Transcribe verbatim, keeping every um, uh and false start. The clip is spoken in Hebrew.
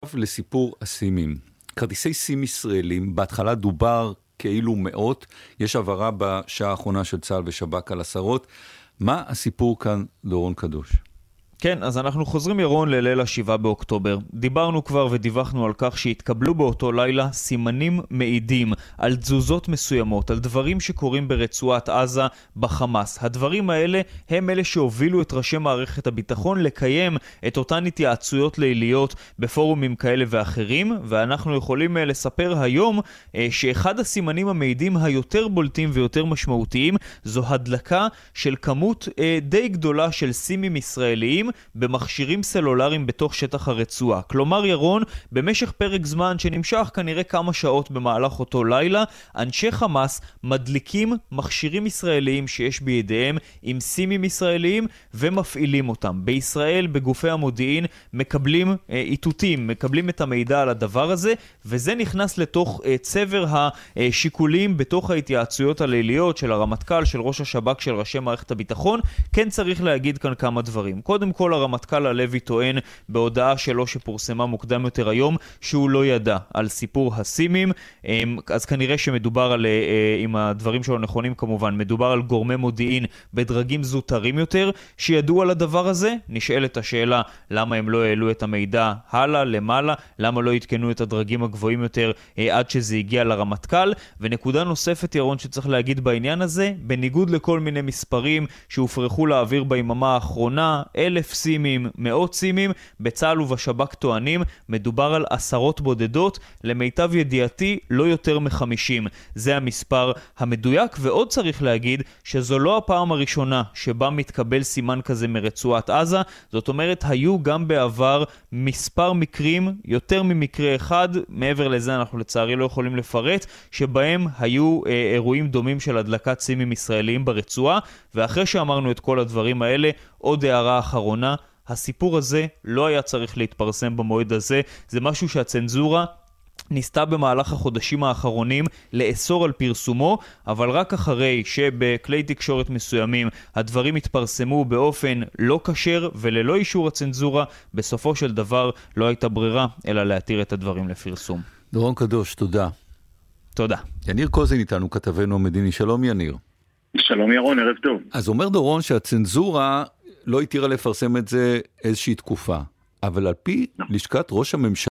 לסיפור הסימים. כרטיסי סים ישראלים, בהתחלה דובר כאילו מאות, יש עברה בשעה האחרונה של צה"ל ושב"כ על עשרות. מה הסיפור כאן, דורון קדוש? כן, אז אנחנו חוזרים ירון לליל השבעה באוקטובר. דיברנו כבר ודיווחנו על כך שהתקבלו באותו לילה סימנים מעידים על תזוזות מסוימות, על דברים שקורים ברצועת עזה בחמאס. הדברים האלה הם אלה שהובילו את ראשי מערכת הביטחון לקיים את אותן התייעצויות ליליות בפורומים כאלה ואחרים, ואנחנו יכולים לספר היום שאחד הסימנים המעידים היותר בולטים ויותר משמעותיים זו הדלקה של כמות די גדולה של סימים ישראליים במכשירים סלולריים בתוך שטח הרצועה. כלומר ירון, במשך פרק זמן שנמשך כנראה כמה שעות במהלך אותו לילה, אנשי חמאס מדליקים מכשירים ישראליים שיש בידיהם עם סימים ישראליים ומפעילים אותם. בישראל, בגופי המודיעין, מקבלים איתותים, מקבלים את המידע על הדבר הזה, וזה נכנס לתוך צבר השיקולים בתוך ההתייעצויות הליליות של הרמטכ"ל, של ראש השב"כ, של ראשי מערכת הביטחון. כן צריך להגיד כאן כמה דברים. קודם כל, הרמטכ"ל הלוי טוען בהודעה שלו שפורסמה מוקדם יותר היום שהוא לא ידע על סיפור הסימים. אז כנראה שמדובר על, עם הדברים שלו נכונים כמובן, מדובר על גורמי מודיעין בדרגים זוטרים יותר שידעו על הדבר הזה. נשאלת השאלה למה הם לא העלו את המידע הלאה למעלה, למה לא התקנו את הדרגים הגבוהים יותר עד שזה הגיע לרמטכ"ל. ונקודה נוספת ירון שצריך להגיד בעניין הזה, בניגוד לכל מיני מספרים שהופרחו לאוויר ביממה האחרונה, אלף סימים, מאות סימים, בצה"ל ובשב"כ טוענים, מדובר על עשרות בודדות, למיטב ידיעתי לא יותר מחמישים. זה המספר המדויק, ועוד צריך להגיד שזו לא הפעם הראשונה שבה מתקבל סימן כזה מרצועת עזה. זאת אומרת, היו גם בעבר מספר מקרים, יותר ממקרה אחד, מעבר לזה אנחנו לצערי לא יכולים לפרט, שבהם היו אה, אירועים דומים של הדלקת סימים ישראליים ברצועה. ואחרי שאמרנו את כל הדברים האלה, עוד הערה אחרונה, הסיפור הזה לא היה צריך להתפרסם במועד הזה. זה משהו שהצנזורה ניסתה במהלך החודשים האחרונים לאסור על פרסומו, אבל רק אחרי שבכלי תקשורת מסוימים הדברים התפרסמו באופן לא כשר וללא אישור הצנזורה, בסופו של דבר לא הייתה ברירה אלא להתיר את הדברים לפרסום. דורון קדוש, תודה. תודה. יניר קוזין איתנו, כתבנו המדיני. שלום יניר. שלום ירון, ערב טוב. אז אומר דורון שהצנזורה לא התירה לפרסם את זה איזושהי תקופה, אבל על פי לשכת ראש הממשלה